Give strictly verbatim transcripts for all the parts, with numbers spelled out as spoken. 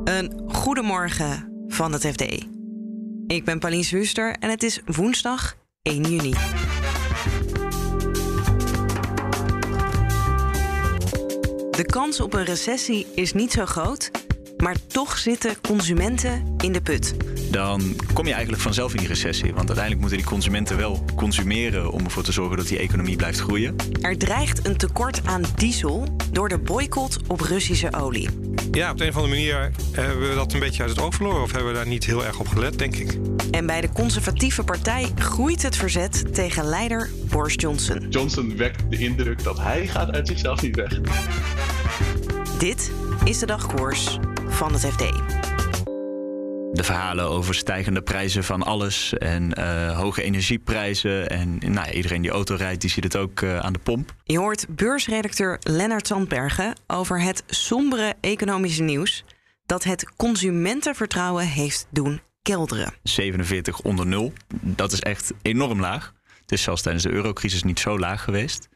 Een goedemorgen van het F D. Ik ben Pauline Zwuster en het is woensdag één juni. De kans op een recessie is niet zo groot, maar toch zitten consumenten in de put. Dan kom je eigenlijk vanzelf in die recessie. Want uiteindelijk moeten die consumenten wel consumeren om ervoor te zorgen dat die economie blijft groeien. Er dreigt een tekort aan diesel door de boycott op Russische olie. Ja, op de een of andere manier hebben we dat een beetje uit het oog verloren. Of hebben we daar niet heel erg op gelet, denk ik. En bij de conservatieve partij groeit het verzet tegen leider Boris Johnson. Johnson wekt de indruk dat hij gaat uit zichzelf niet weg. Dit is de dagkoers van het F D. De verhalen over stijgende prijzen van alles en uh, hoge energieprijzen. En nou ja, iedereen die auto rijdt, die ziet het ook uh, aan de pomp. Je hoort beursredacteur Lennart Zandbergen over het sombere economische nieuws dat het consumentenvertrouwen heeft doen kelderen. zevenenveertig onder nul, dat is echt enorm laag. Het is zelfs tijdens de eurocrisis niet zo laag geweest.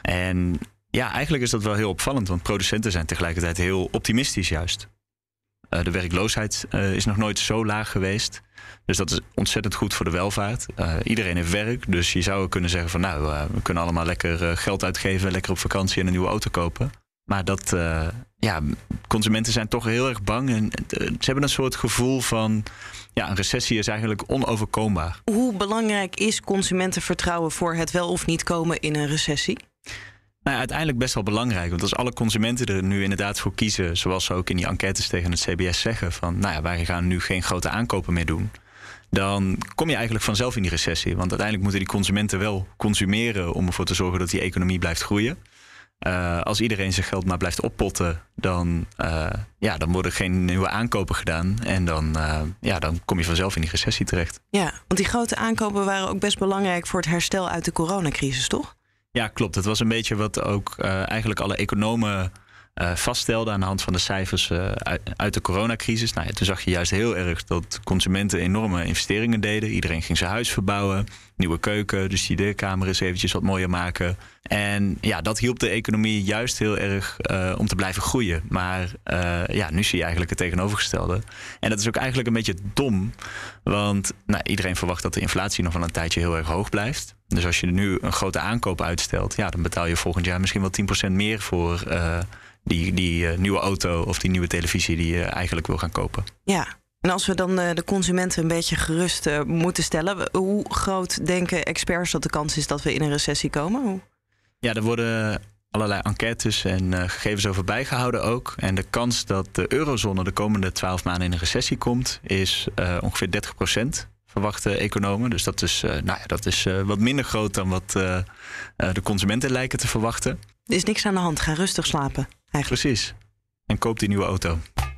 En ja, eigenlijk is dat wel heel opvallend, want producenten zijn tegelijkertijd heel optimistisch juist. Uh, de werkloosheid uh, is nog nooit zo laag geweest. Dus dat is ontzettend goed voor de welvaart. Uh, iedereen heeft werk, dus je zou kunnen zeggen van nou, uh, we kunnen allemaal lekker uh, geld uitgeven, lekker op vakantie en een nieuwe auto kopen. Maar dat, uh, ja, consumenten zijn toch heel erg bang en uh, ze hebben een soort gevoel van, ja, een recessie is eigenlijk onoverkombaar. Hoe belangrijk is consumentenvertrouwen voor het wel of niet komen in een recessie? Nou ja, uiteindelijk best wel belangrijk. Want als alle consumenten er nu inderdaad voor kiezen, zoals ze ook in die enquêtes tegen het C B S zeggen, van nou ja, wij gaan nu geen grote aankopen meer doen, dan kom je eigenlijk vanzelf in die recessie. Want uiteindelijk moeten die consumenten wel consumeren om ervoor te zorgen dat die economie blijft groeien. Uh, als iedereen zijn geld maar blijft oppotten, dan, uh, ja, dan worden geen nieuwe aankopen gedaan. En dan, uh, ja, dan kom je vanzelf in die recessie terecht. Ja, want die grote aankopen waren ook best belangrijk voor het herstel uit de coronacrisis, toch? Ja, klopt. Dat was een beetje wat ook uh, eigenlijk alle economen uh, vaststelden aan de hand van de cijfers uh, uit, uit de coronacrisis. Nou ja, toen zag je juist heel erg dat consumenten enorme investeringen deden. Iedereen ging zijn huis verbouwen, nieuwe keuken, de studeerkamer eens eventjes wat mooier maken. En ja, dat hielp de economie juist heel erg uh, om te blijven groeien. Maar uh, ja, nu zie je eigenlijk het tegenovergestelde. En dat is ook eigenlijk een beetje dom. Want nou, iedereen verwacht dat de inflatie nog wel een tijdje heel erg hoog blijft. Dus als je nu een grote aankoop uitstelt, ja, dan betaal je volgend jaar misschien wel tien procent meer voor uh, die, die uh, nieuwe auto of die nieuwe televisie die je eigenlijk wil gaan kopen. Ja, en als we dan uh, de consumenten een beetje gerust uh, moeten stellen, hoe groot denken experts dat de kans is dat we in een recessie komen? Hoe? Ja, er worden allerlei enquêtes en uh, gegevens over bijgehouden ook. En de kans dat de eurozone de komende twaalf maanden in een recessie komt is uh, ongeveer dertig procent. Verwachten economen. Dus dat is, uh, nou ja, dat is uh, wat minder groot dan wat uh, uh, de consumenten lijken te verwachten. Er is niks aan de hand. Ga rustig slapen. Eigenlijk. Precies. En koop die nieuwe auto.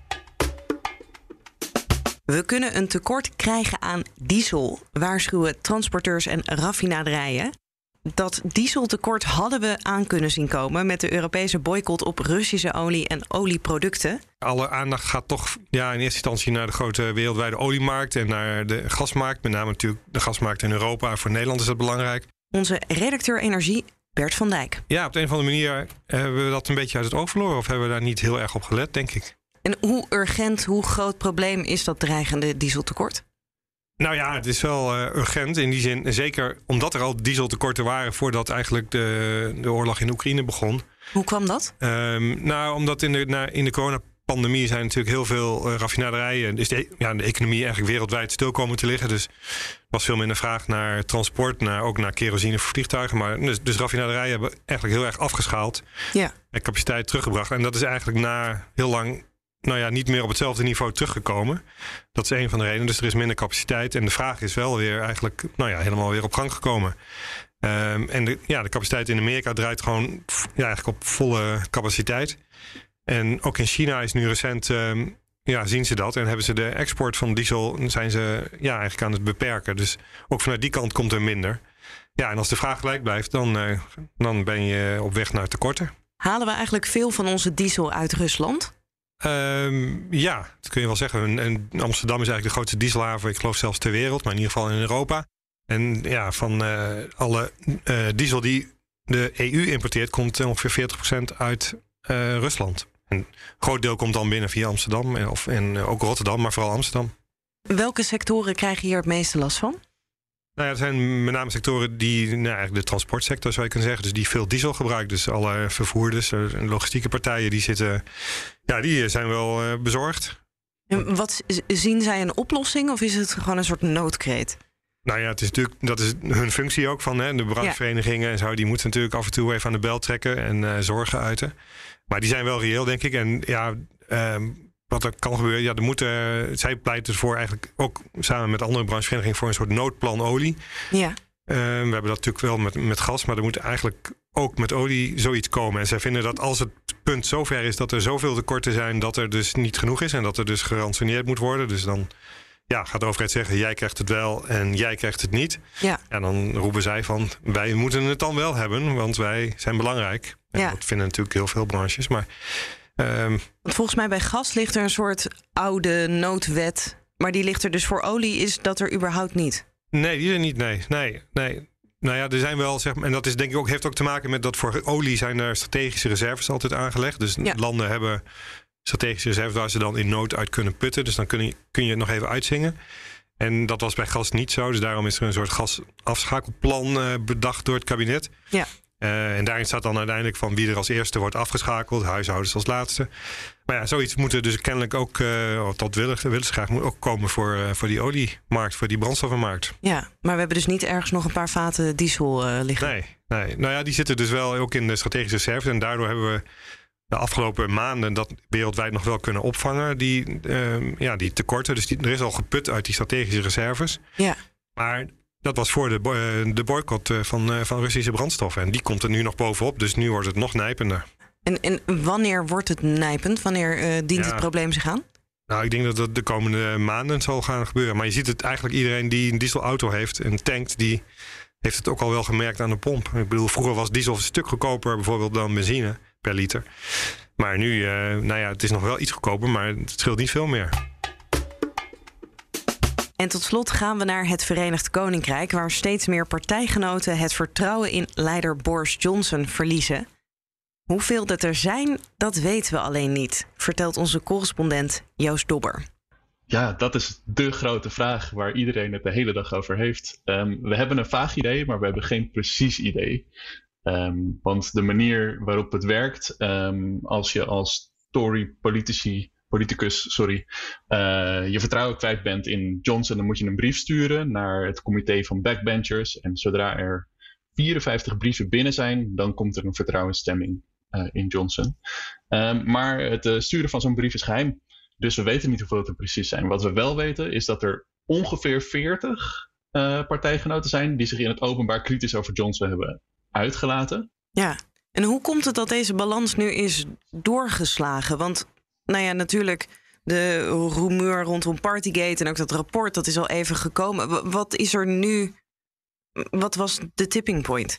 We kunnen een tekort krijgen aan diesel, waarschuwen transporteurs en raffinaderijen. Dat dieseltekort hadden we aan kunnen zien komen met de Europese boycott op Russische olie en olieproducten. Alle aandacht gaat toch ja, in eerste instantie naar de grote wereldwijde oliemarkt en naar de gasmarkt. Met name natuurlijk de gasmarkt in Europa. Voor Nederland is dat belangrijk. Onze redacteur energie, Bert van Dijk. Ja, op de een of andere manier hebben we dat een beetje uit het oog verloren. Of hebben we daar niet heel erg op gelet, denk ik. En hoe urgent, hoe groot probleem is dat dreigende dieseltekort? Nou ja, het is wel uh, urgent in die zin. Zeker omdat er al dieseltekorten waren voordat eigenlijk de, de oorlog in Oekraïne begon. Hoe kwam dat? Um, nou, omdat in de, na, in de coronapandemie zijn natuurlijk heel veel uh, raffinaderijen. Is de, ja, de economie eigenlijk wereldwijd stil komen te liggen. Dus er was veel minder vraag naar transport, naar, ook naar kerosine voor vliegtuigen. Maar dus, dus raffinaderijen hebben eigenlijk heel erg afgeschaald. Ja. En capaciteit teruggebracht. En dat is eigenlijk na heel lang nou ja, niet meer op hetzelfde niveau teruggekomen. Dat is een van de redenen. Dus er is minder capaciteit. En de vraag is wel weer eigenlijk nou ja, helemaal weer op gang gekomen. Um, en de, ja, de capaciteit in Amerika draait gewoon ja, eigenlijk op volle capaciteit. En ook in China is nu recent, um, ja, zien ze dat. En hebben ze de export van diesel, zijn ze ja, eigenlijk aan het beperken. Dus ook vanuit die kant komt er minder. Ja, en als de vraag gelijk blijft, dan, uh, dan ben je op weg naar tekorten. Halen we eigenlijk veel van onze diesel uit Rusland? Um, ja, dat kun je wel zeggen. En Amsterdam is eigenlijk de grootste dieselhaven, ik geloof zelfs ter wereld, maar in ieder geval in Europa. En ja, van uh, alle uh, diesel die de E U importeert, komt ongeveer veertig procent uit uh, Rusland. En een groot deel komt dan binnen via Amsterdam en, of, en ook Rotterdam, maar vooral Amsterdam. Welke sectoren krijgen hier het meeste last van? Nou ja, er zijn met name sectoren die, nou eigenlijk de transportsector zou je kunnen zeggen, dus die veel diesel gebruikt. Dus alle vervoerders en logistieke partijen die zitten, ja, die zijn wel uh, bezorgd. En wat zien zij een oplossing of is het gewoon een soort noodkreet? Nou ja, het is natuurlijk, dat is hun functie ook van hè, de brancheverenigingen en zo. Die moeten natuurlijk af en toe even aan de bel trekken en uh, zorgen uiten. Maar die zijn wel reëel, denk ik. En ja, uh, wat er kan gebeuren, ja, er moeten, uh, zij pleiten ervoor eigenlijk ook samen met andere brancheverenigingen voor een soort noodplan olie. Ja. Uh, we hebben dat natuurlijk wel met, met gas, maar er moet eigenlijk ook met olie zoiets komen. En zij vinden dat als het punt zover is dat er zoveel tekorten zijn dat er dus niet genoeg is en dat er dus gerantsoneerd moet worden. Dus dan ja, gaat de overheid zeggen, jij krijgt het wel en jij krijgt het niet. Ja. En dan roepen zij van, wij moeten het dan wel hebben, want wij zijn belangrijk. En ja. dat vinden natuurlijk heel veel branches. Maar, um... want volgens mij bij gas ligt er een soort oude noodwet, maar die ligt er dus voor olie is dat er überhaupt niet. Nee, die er niet, nee. nee, nee. Nou ja, er zijn wel, zeg maar, en dat is denk ik ook, heeft ook te maken met dat voor olie zijn er strategische reserves altijd aangelegd. Dus ja. landen hebben strategische reserves waar ze dan in nood uit kunnen putten. Dus dan kun je, kun je het nog even uitzingen. En dat was bij gas niet zo. Dus daarom is er een soort gasafschakelplan uh, bedacht door het kabinet. Ja. Uh, en daarin staat dan uiteindelijk van wie er als eerste wordt afgeschakeld. Huishoudens als laatste. Maar ja, zoiets moet er dus kennelijk ook, uh, dat willen, willen ze graag, moet ook komen voor, uh, voor die oliemarkt, voor die brandstoffenmarkt. Ja, maar we hebben dus niet ergens nog een paar vaten diesel uh, liggen. Nee, nee, nou ja, die zitten dus wel ook in de strategische reserves. En daardoor hebben we de afgelopen maanden dat wereldwijd nog wel kunnen opvangen, die, uh, ja, die tekorten. Dus die, er is al geput uit die strategische reserves. Ja. Maar dat was voor de, uh, de boycott uh, van, uh, van Russische brandstoffen. En die komt er nu nog bovenop, dus nu wordt het nog nijpender. En, en wanneer wordt het nijpend? Wanneer uh, dient ja. het probleem zich aan? Nou, ik denk dat dat de komende maanden zal gaan gebeuren. Maar je ziet het eigenlijk, iedereen die een dieselauto heeft en tankt, die heeft het ook al wel gemerkt aan de pomp. Ik bedoel, vroeger was diesel een stuk goedkoper bijvoorbeeld dan benzine per liter. Maar nu, uh, nou ja, het is nog wel iets goedkoper, maar het scheelt niet veel meer. En tot slot gaan we naar het Verenigd Koninkrijk, waar steeds meer partijgenoten het vertrouwen in leider Boris Johnson verliezen. Hoeveel dat er zijn, dat weten we alleen niet, vertelt onze correspondent Joost Dobber. Ja, dat is de grote vraag waar iedereen het de hele dag over heeft. Um, we hebben een vaag idee, maar we hebben geen precies idee. Um, want de manier waarop het werkt, um, als je als Tory-politici, politicus, sorry, uh, je vertrouwen kwijt bent in Johnson, dan moet je een brief sturen naar het comité van backbenchers. En zodra er vierenvijftig brieven binnen zijn, dan komt er een vertrouwensstemming uh, in Johnson. Um, maar het uh, sturen van zo'n brief is geheim. Dus we weten niet hoeveel het er precies zijn. Wat we wel weten is dat er ongeveer veertig uh, partijgenoten zijn die zich in het openbaar kritisch over Johnson hebben uitgelaten. Ja, en hoe komt het dat deze balans nu is doorgeslagen? Want, nou ja, natuurlijk de rumeur rondom Partygate en ook dat rapport, dat is al even gekomen. Wat is er nu? Wat was de tipping point?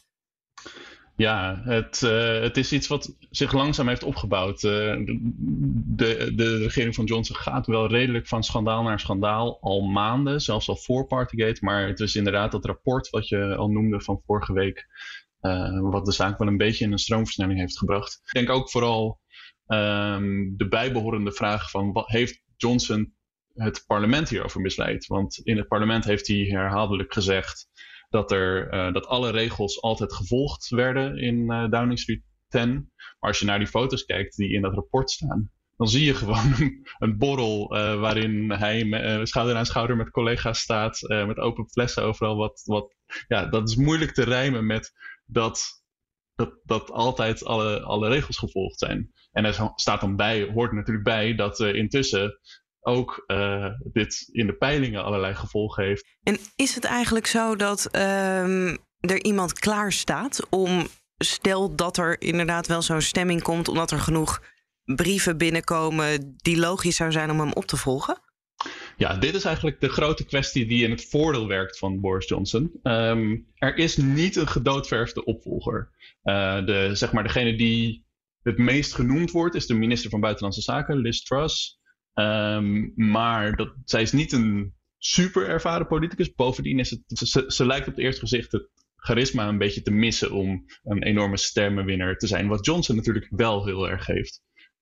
Ja, het, uh, het is iets wat zich langzaam heeft opgebouwd. Uh, de, de regering van Johnson gaat wel redelijk van schandaal naar schandaal al maanden, zelfs al voor Partygate. Maar het is inderdaad dat rapport wat je al noemde van vorige week, uh, wat de zaak wel een beetje in een stroomversnelling heeft gebracht. Ik denk ook vooral um, de bijbehorende vraag van wat heeft Johnson het parlement hierover misleid? Want in het parlement heeft hij herhaaldelijk gezegd dat, er, uh, dat alle regels altijd gevolgd werden in uh, Downing Street tien. Maar als je naar die foto's kijkt die in dat rapport staan, dan zie je gewoon een borrel uh, waarin hij me, uh, schouder aan schouder met collega's staat, uh, met open flessen overal. Wat, wat, ja, dat is moeilijk te rijmen met dat, dat, dat altijd alle, alle regels gevolgd zijn. En er staat dan bij, hoort natuurlijk bij dat uh, intussen ook uh, dit in de peilingen allerlei gevolgen heeft. En is het eigenlijk zo dat um, er iemand klaar staat om, stel dat er inderdaad wel zo'n stemming komt, omdat er genoeg brieven binnenkomen die logisch zou zijn om hem op te volgen? Ja, dit is eigenlijk de grote kwestie die in het voordeel werkt van Boris Johnson. Um, er is niet een gedoodverfde opvolger. Uh, de, zeg maar degene die het meest genoemd wordt is de minister van Buitenlandse Zaken, Liz Truss. Um, maar dat, zij is niet een super ervaren politicus. Bovendien is het, ze, ze lijkt op het eerste gezicht het charisma een beetje te missen om een enorme stemmenwinnaar te zijn. Wat Johnson natuurlijk wel heel erg heeft.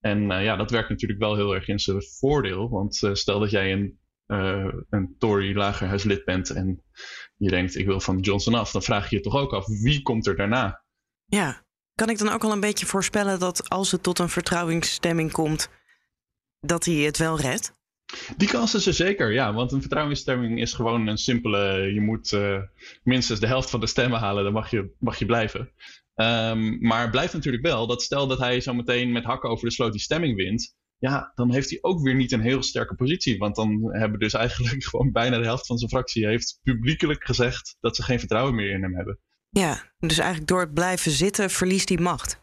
En uh, ja, dat werkt natuurlijk wel heel erg in zijn voordeel. Want uh, stel dat jij een, uh, een Tory-lagerhuislid bent en je denkt, ik wil van Johnson af. Dan vraag je je toch ook af, wie komt er daarna? Ja, kan ik dan ook al een beetje voorspellen dat als het tot een vertrouwensstemming komt, dat hij het wel redt? Die kans is er zeker, ja. Want een vertrouwensstemming is gewoon een simpele, je moet uh, minstens de helft van de stemmen halen, dan mag je, mag je blijven. Um, maar het blijft natuurlijk wel dat stel dat hij zo meteen met hakken over de sloot die stemming wint, ja, dan heeft hij ook weer niet een heel sterke positie. Want dan hebben dus eigenlijk gewoon bijna de helft van zijn fractie heeft publiekelijk gezegd dat ze geen vertrouwen meer in hem hebben. Ja, dus eigenlijk door het blijven zitten verliest hij macht.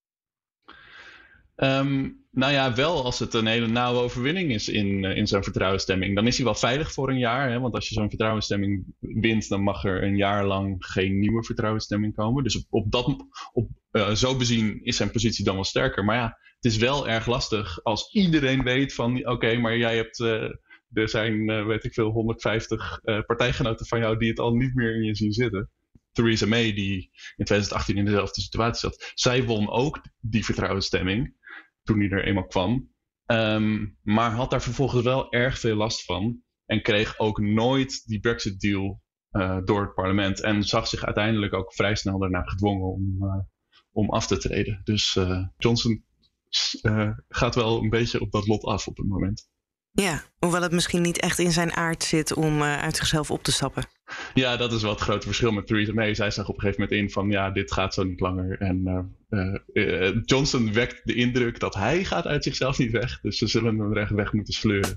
Um, nou ja, wel als het een hele nauwe overwinning is in, uh, in zo'n vertrouwensstemming. Dan is hij wel veilig voor een jaar. Hè? Want als je zo'n vertrouwensstemming wint, dan mag er een jaar lang geen nieuwe vertrouwensstemming komen. Dus op, op dat, op, uh, zo bezien is zijn positie dan wel sterker. Maar ja, het is wel erg lastig als iedereen weet van oké, okay, maar jij hebt, uh, er zijn uh, weet ik veel, honderdvijftig uh, partijgenoten van jou die het al niet meer in je zien zitten. Theresa May, die in twintig achttien in dezelfde situatie zat, zij won ook die vertrouwensstemming toen die er eenmaal kwam. Um, maar had daar vervolgens wel erg veel last van. En kreeg ook nooit die Brexit-deal uh, door het parlement. En zag zich uiteindelijk ook vrij snel daarna gedwongen om, uh, om af te treden. Dus uh, Johnson uh, gaat wel een beetje op dat lot af op het moment. Ja, hoewel het misschien niet echt in zijn aard zit om uh, uit zichzelf op te stappen. Ja, dat is wel het grote verschil met Theresa May. Zij zag op een gegeven moment in van ja, dit gaat zo niet langer. En uh, uh, Johnson wekt de indruk dat hij gaat uit zichzelf niet weg. Dus ze zullen hem er echt weg moeten sleuren.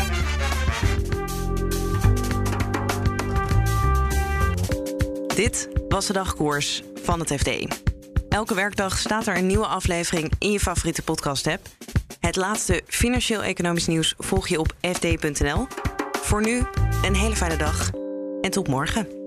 Dit was de dagkoers van het F D. Elke werkdag staat er een nieuwe aflevering in je favoriete podcast-app. Het laatste financieel-economisch nieuws volg je op f d punt n l. Voor nu een hele fijne dag en tot morgen.